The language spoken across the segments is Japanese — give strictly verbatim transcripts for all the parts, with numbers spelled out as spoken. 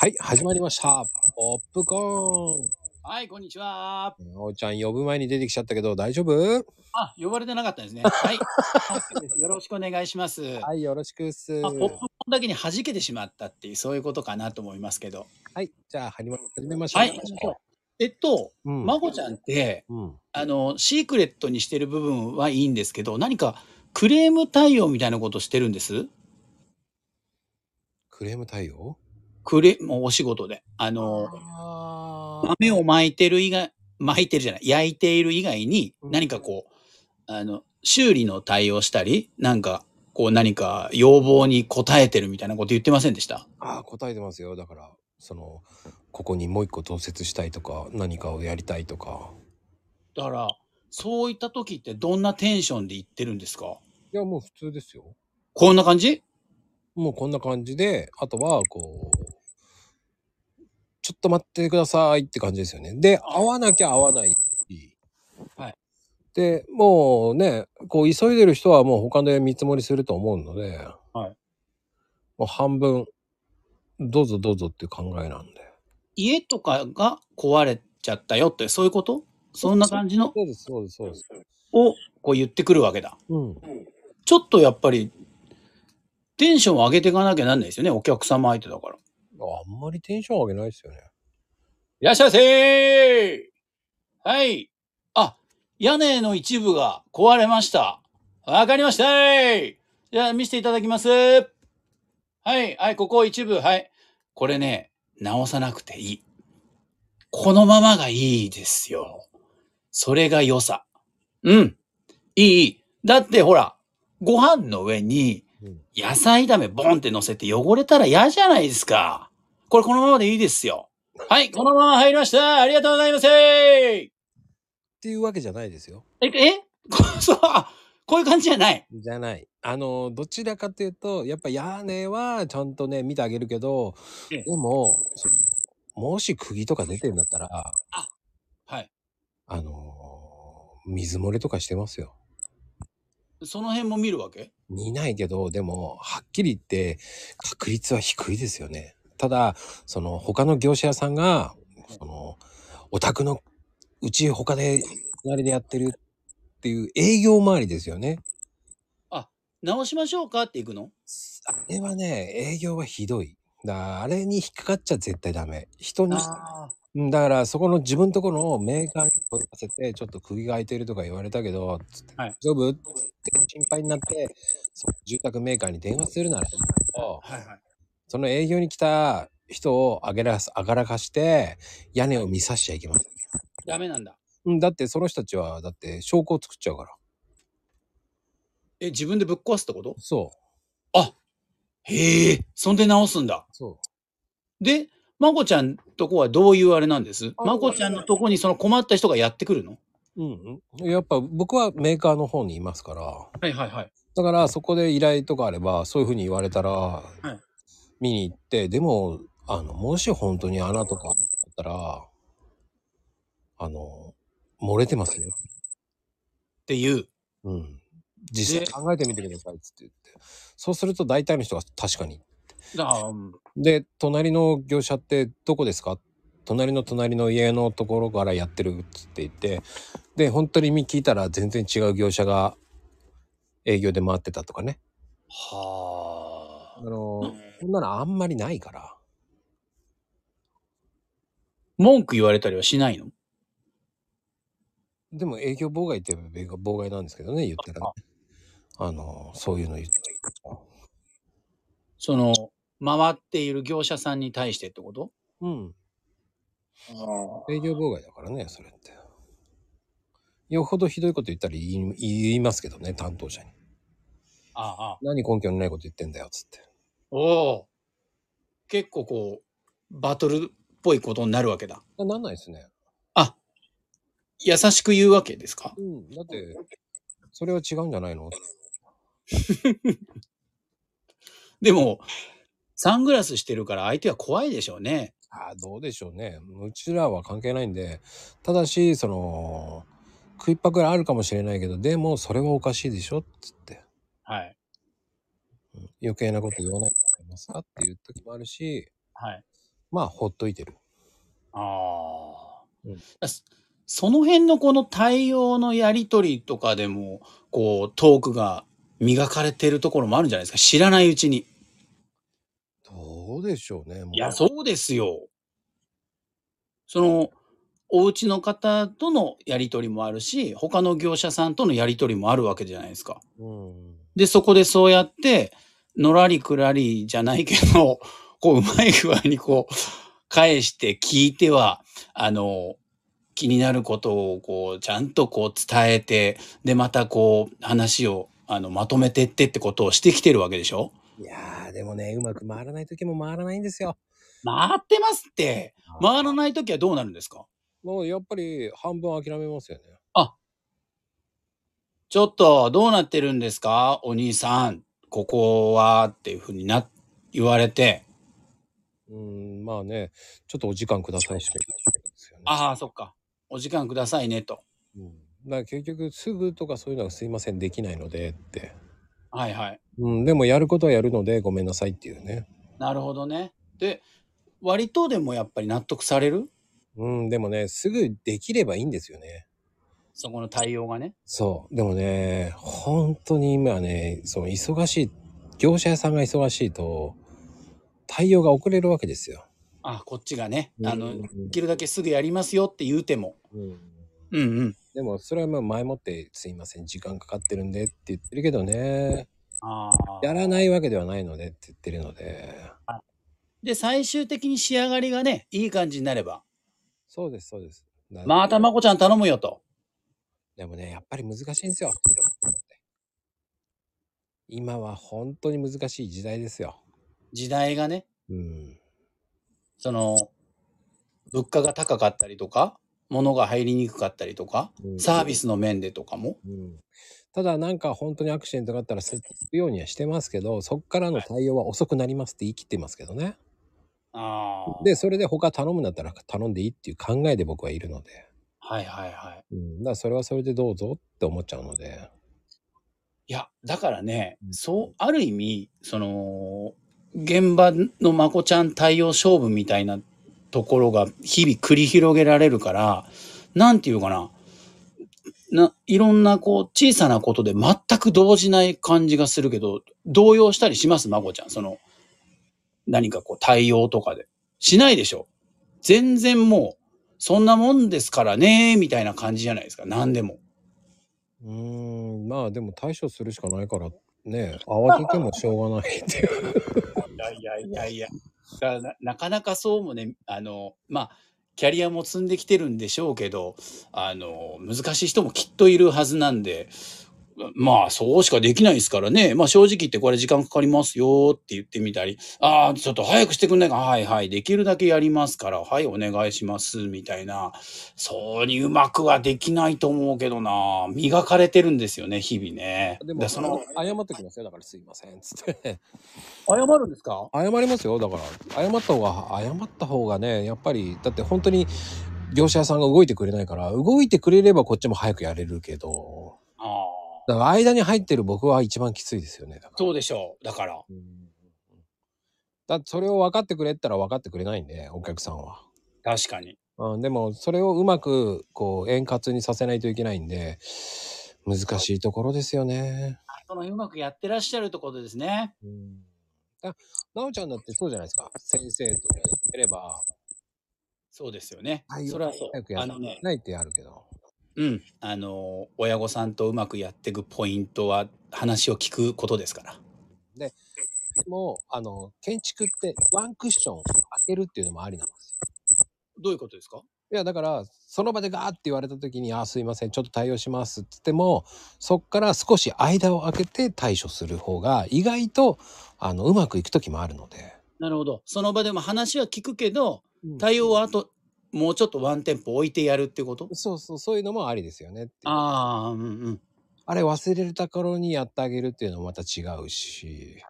はい、始まりました。ポップコーン。 はい、こんにちは。 おーちゃん、呼ぶ前に出てきちゃったけど、大丈夫？ あ、呼ばれてなかったですね。はい。よろしくお願いします。 はい、よろしくっす。 まあ、ポップコーンだけに弾けてしまったっていう、そういうことかなと思いますけど。 はい、じゃあ始め始めましょう。 はい。えっと、 うん。 まこちゃんって、 うん。 あの、シークレットにしてる部分はいいんですけど、何かクレーム対応みたいなことしてるんです？ クレーム対応？ クレ、もうお仕事で。あの、 あ豆を巻いてる以外、巻いてるじゃない、焼いている以外に、 うん何かこう、あの、修理の対応したり、なんか、こう何か要望に応えてるみたいなこと言ってませんでした？ あー、答えてますよ。だから、その、ここにもう一個増設したいとか、何かをやりたいとか。 だから、そういった時ってどんなテンションで言ってるんですか？ いや、もう普通ですよ。 こんな感じ？ もうこんな感じで、あとは、こう、ちょっと待ってくださいって感じですよね。で、会わなきゃ会わないし。 はい。 で、もうね、こう急いでる人はもう他で見積もりすると思うので、 はい。 もう半分、どうぞどうぞっていう考えなんで。 家とかが壊れちゃったよって、そういうこと？そんな感じのそうです、そうです、そうです。 を、こう言ってくるわけだ。 うん。 ちょっとやっぱり、テンションを上げていかなきゃなんないですよね、お客様相手だから。 あんまりテンション上げないですよね。 いらっしゃいませー。はい。あ、屋根の一部が壊れました。わかりましたー。じゃあ見せていただきます。はい、はい、ここ一部、はい。これね、直さなくていい。このままがいいですよ。それが良さ。うん。いい。だってほら、ご飯の上に野菜炒めボンって乗せて汚れたら嫌じゃないですか。これこのままでいいですよ。はい、このまま入りました。ありがとうございます。え、 っていうわけじゃないですよ。 え、こそう、こういう感じじゃない。 じゃない。あの、どちらかというと、やっぱ屋根はちゃんとね、見てあげるけど、 ええ。 でも、そもし釘とか出てるんだったら、 あ、はい。 あの、水漏れとかしてますよ。 その辺も見るわけ？ 見ないけど、でも、はっきり言って確率は低いですよね。ただ、その他の業者屋さんが、その、お宅のうち他で隣でやってるっていう営業周りですよね。 あ、直しましょうかって行くの？ あれはね、営業はひどい。だからあれに引っかかっちゃ絶対ダメ。人に、 ああ。 うん、だからそこの自分とこのメーカーに問い合わせて、ちょっと釘が開いてるとか言われたけど、つってはい。 大丈夫って心配になって、その住宅メーカーに電話するならいいけど、 はいはい。 その営業に来た人をあげらす、あがらかして、屋根を見さしちゃいけません。 ダメなんだ。 うん、だってその人たちは、だって証拠を作っちゃうから。 え、自分でぶっ壊すってこと？ そあ、へえ、そんで直すんだ。 う。そう。 で、まこちゃんとこはどういうあれなんです？ あの、 まこちゃんのとこにその困った人がやってくるの？ うんうん。やっぱ僕はメーカーの方にいますから、 はいはいはい。 だからそこで依頼とかあれば、そういう風に言われたら、 はい。 見に行って、でも、あの、もし本当に穴とかあったら、あの、漏れてますよ。 っていう。 うん。実で、 際考えてみてくださいっつって言って。そうすると大体の人が確かに。 だから、うん、 で、隣の業者ってどこですか？隣の隣の家のところからやってるっつって言って、で、本当に聞いたら全然違う業者が営業で回ってたとかね。あはあ。 の、そんなのあんまりないから。 文句言われたりはしないの？ でも営業妨害って言えば妨害なんですけどね、言ったらね。 あ、 あの、そういうの言って。 その、回っている業者さんに対してってこと？ うん。 あ営業妨害だからね、それって。よほどひどいこと言ったら言い言いますけどね、担当者に。 あ、ああ。 何根拠のないこと言ってんだよ、つって。 おお、結構こう、バトルっぽいことになるわけだ。 あ、なんないですね。 あ、優しく言うわけですか？ うん。だって、それは違うんじゃないの？ でも、サングラスしてるから相手は怖いでしょうね。 ああ、どうでしょうね。うちらは関係ないんで、ただし、その、食いっぱぐらいあるかもしれないけど、でも、それはおかしいでしょ、つって。 はい。 うん、余計なこと言わないでもらえますかっていう時もあるし、 はい。 まあ、ほっといてる。 ああ。 うんそその辺のこの対応のやりとりとかでも、こう、トークが磨かれてるところもあるんじゃないですか。知らないうちに。 どうでしょうね、もう。 いや、そうですよ。その、お家の方とのやりとりもあるし、他の業者さんとのやりとりもあるわけじゃないですか。 うん。 で、そこでそうやって、のらりくらりじゃないけど、こう、うまい具合にこう、返して聞いては、あの、気になることをこう、ちゃんとこう伝えて、で、またこう、話を、あの、まとめてってってことをしてきてるわけでしょ？ いやー、でもね、うまく回らない時も回らないんですよ。 回ってますって。回らない時はどうなるんですか？ もうやっぱり半分諦めますよね。 あ、ちょっとどうなってるんですか？お兄さん、ここはっていう風にな言われて、 うん、まあね、ちょっとお時間くださいしか言わないですよね。 ああ、そっか。お時間くださいねと。 うん。だから結局すぐとかそういうのはすいませんできないのでって。 はいはい。 うん、でもやることはやるのでごめんなさいっていうね。 なるほどね。で、割とでもやっぱり納得される？ うん、でもね、すぐできればいいんですよね。 そこの対応がね。 そう。でもね、本当に今ね、その忙しい、業者屋さんが忙しいと対応が遅れるわけですよ。 あ、こっちがね、 うんあの、できるだけすぐやりますよって言うても。 うん。 うんうん。 でもそれはまあ前もってすいません時間かかってるんでって言ってるけどね、 あやらないわけではないのでって言ってるので。 あ。で、最終的に仕上がりがね、いい感じになれば、 そうですそうです。だまたまこちゃん頼むよと。 でもね、やっぱり難しいんですよ。今は本当に難しい時代ですよ。 時代がね、 うん。 その、物価が高かったりとか、物が入りにくかったりとか、 うんサービスの面でとかも。 うん、ただなんか本当にアクシデントがあったらするようにはしてますけど、そっからの対応は遅くなりますって言い切ってますけどね。 ああ。 で、それで他頼むんだったら頼んでいいっていう考えで僕はいるので。 はいはいはい。 うん。だからそれはそれでどうぞって思っちゃうので。 いや、だからね、 うんそう、ある意味、その、現場のまこちゃん対応勝負みたいなところが日々繰り広げられるから、なんていうかな、な、いろんなこう、小さなことで全く動じない感じがするけど、動揺したりしますまこちゃん。その、何かこう、対応とかで。しないでしょ？全然もう、そんなもんですからね、みたいな感じじゃないですか。何でも。 うーん、まあでも対処するしかないからね、慌ててもしょうがないっていう。 いやいやいやいや。だからななかなかそうもね、あの、まあ、キャリアも積んできてるんでしょうけど、あの、難しい人もきっといるはずなんで、まあ、そうしかできないですからね。まあ、正直言ってこれ時間かかりますよって言ってみたり、ああ、ちょっと早くしてくんないか。はいはい。できるだけやりますから、はい、お願いします。みたいな。そうにうまくはできないと思うけどな。磨かれてるんですよね、日々ね。 でも、 で、その、 謝っときますよ。だからすいません。つって。 謝るんですか？ 謝りますよ。だから、謝った方が、謝った方がね、やっぱり、だって本当に業者さんが動いてくれないから、動いてくれればこっちも早くやれるけど、 ああ。 だから間に入ってる僕は一番きついですよね。だから。 そうでしょう。だから。 うん。だってそれを分かってくれって言ったら分かってくれないんで、お客さんは。 確かに。 うん、でもそれをうまくこう円滑にさせないといけないんで、難しいところですよね。 そのうまくやってらっしゃるところですね。 うん。あ、なおちゃんだってそうじゃないですか。先生とやってれば、 そうですよね。 はい、 それはそう。 早くやらあのね、 ないってあるけど。 うん。あの、親御さんとうまくやっていくポイントは話を聞くことですから。 で、もう、あの、建築ってワンクッション開けるっていうのもありなんですよ。 どういうことですか？ いや、だから、その場でガーって言われた時に、あ、すいません、ちょっと対応しますって言っても、そっから少し間を空けて対処する方が、意外と、あの、うまくいく時もあるので。 なるほど。その場でも話は聞くけど、 うん、 対応はあと、もうちょっとワンテンポ置いてやるってこと？ そうそう、そういうのもありですよねっていう。 ああ、うんうん。 あれ忘れるところにやってあげるっていうのもまた違うし、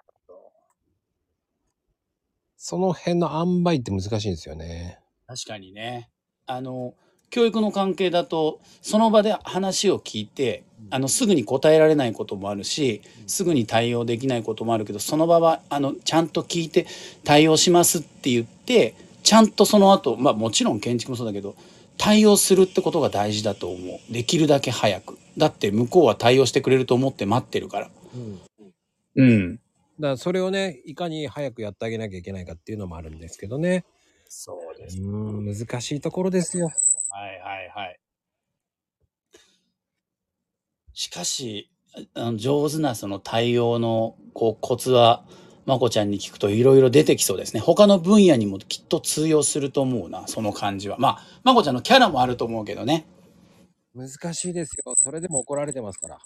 その辺の塩梅って難しいんですよね。 確かにね。あの、教育の関係だと、その場で話を聞いて、あの、すぐに答えられないこともあるし、すぐに対応できないこともあるけど、その場は、あの、ちゃんと聞いて対応しますって言って、 ちゃんとその後、まあもちろん建築もそうだけど、対応するってことが大事だと思う。できるだけ早く。だって向こうは対応してくれると思って待ってるから。 うん。 うん。 だからそれをね、いかに早くやってあげなきゃいけないかっていうのもあるんですけどね。 そうです。 うん、難しいところですよ。 はいはいはい。しかし、あの上手なその対応のこうコツは、まこちゃんに聞くといろいろ出てきそうですね。他の分野にもきっと通用すると思うな、その感じは。まあ、まこちゃんのキャラもあると思うけどね。 難しいですよ。それでも怒られてますから。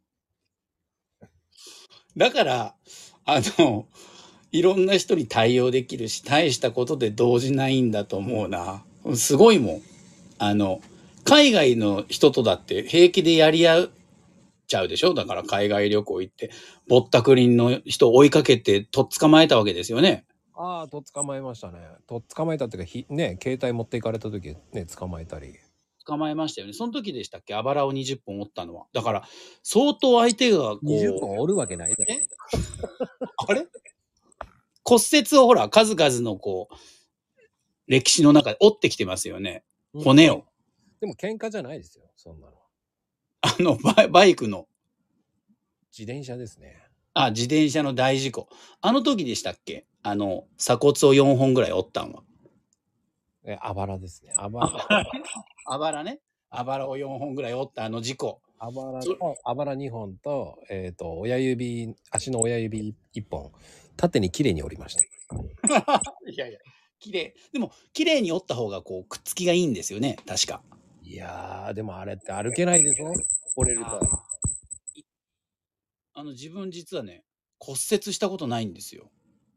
だから、あの、いろんな人に対応できるし、大したことで動じないんだと思うな。すごいもん。あの、海外の人とだって平気でやり合っちゃうでしょ。だから海外旅行行って、ぼったくりの人を追いかけてとっ捕まえたわけですよね。 ああ、とっ捕まえましたね。とっ捕まえたっていうか、ひね、携帯持っていかれた時ね、捕まえたり。 捕まえましたよね。その時でしたっけ、あばらをにじゅっぽん折ったのは。だから、相当相手がこう。 にじゅっぽん折るわけないだろ。 あれ骨折をほら、数々のこう、歴史の中で折ってきてますよね。骨を。 うん、でも喧嘩じゃないですよ、そんなの。 あのバイ、バイクの。 自転車ですね。 あ、自転車の大事故。あの時でしたっけ、あの、鎖骨をよんほんぐらい折ったんは。 え、あばらですね。あばら。 あばらね。あばらをよんほんぐらい折ったあの事故。 あばらと、あばらにほんと、えっ、ー、と、親指、足の親指いっぽん、縦に綺麗に折りました。 いやいや、綺麗。でも、綺麗に折った方が、こう、くっつきがいいんですよね、確か。 いやー、でもあれって歩けないでしょ、折れると。 あの、自分実はね、骨折したことないんですよ。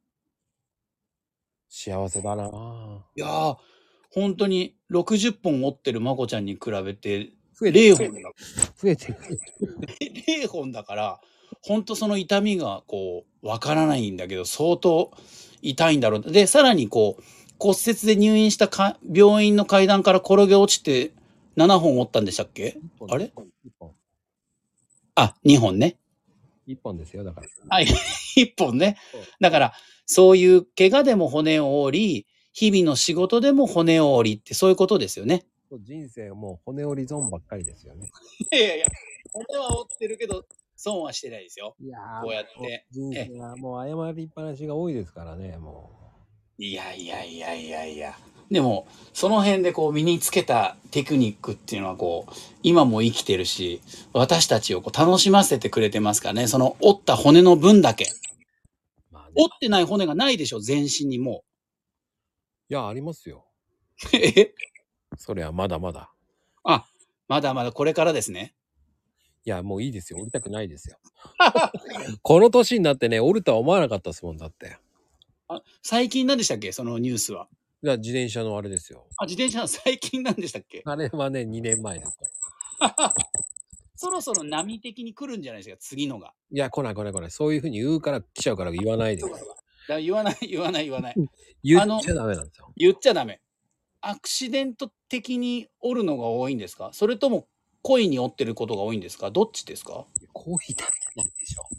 幸せだなぁ。 いやー、本当にろくじゅっぽん折ってるまこちゃんに比べて、 増えてれいほんだ。 増えてる。 れいほんだから、本当その痛みがこう、わからないんだけど、相当痛いんだろう。で、さらにこう、骨折で入院したか病院の階段から転げ落ちてななほん折ったんでしたっけ？あれ？いっぽん。あ、にほんね。 いっぽんですよ、だから。 はい、いっぽんね。だから、そういう怪我でも骨を折り、日々の仕事でも骨を折りってそういうことですよね。 人生はもう骨折り損ばっかりですよね。 いやいや、骨は折ってるけど、損はしてないですよ。 いやこうやって。 人生はもう謝りっぱなしが多いですからね、もう。いやいやいやいやいや。でも、その辺でこう身につけたテクニックっていうのはこう、今も生きてるし、私たちをこう楽しませてくれてますからね、その折った骨の分だけ。まあね、折ってない骨がないでしょ、全身にもう。 いや、ありますよ。 えそれはまだまだ。 あ、まだまだこれからですね。 いや、もういいですよ。折りたくないですよ。この年になってね、折るとは思わなかったですもん、だって。 あ、最近なんでしたっけ、そのニュースは。 いや、自転車のあれですよ。 あ、自転車最近なんでしたっけ？ あれはね、にねんまえです。 そろそろ波的に来るんじゃないですか、次のが。 いや、来ない来ない来ない。そういうふうに言うから来ちゃうから言わないで。 だ言わない言わない言わない。 言っちゃダメなんですよ。 言っちゃダメ。アクシデント的に折るのが多いんですか？それとも故意に折ってることが多いんですか？どっちですか？ 故意だってなんでしょう。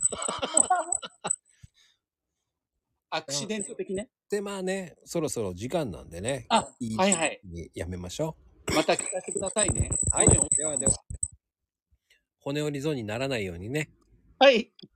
アクシデント的ね。 で、まあね、そろそろ時間なんでね。 あ、はいはい。 やめましょう。また聞かせてくださいね。 はい。ではでは。骨折り損にならないようにね。 はい。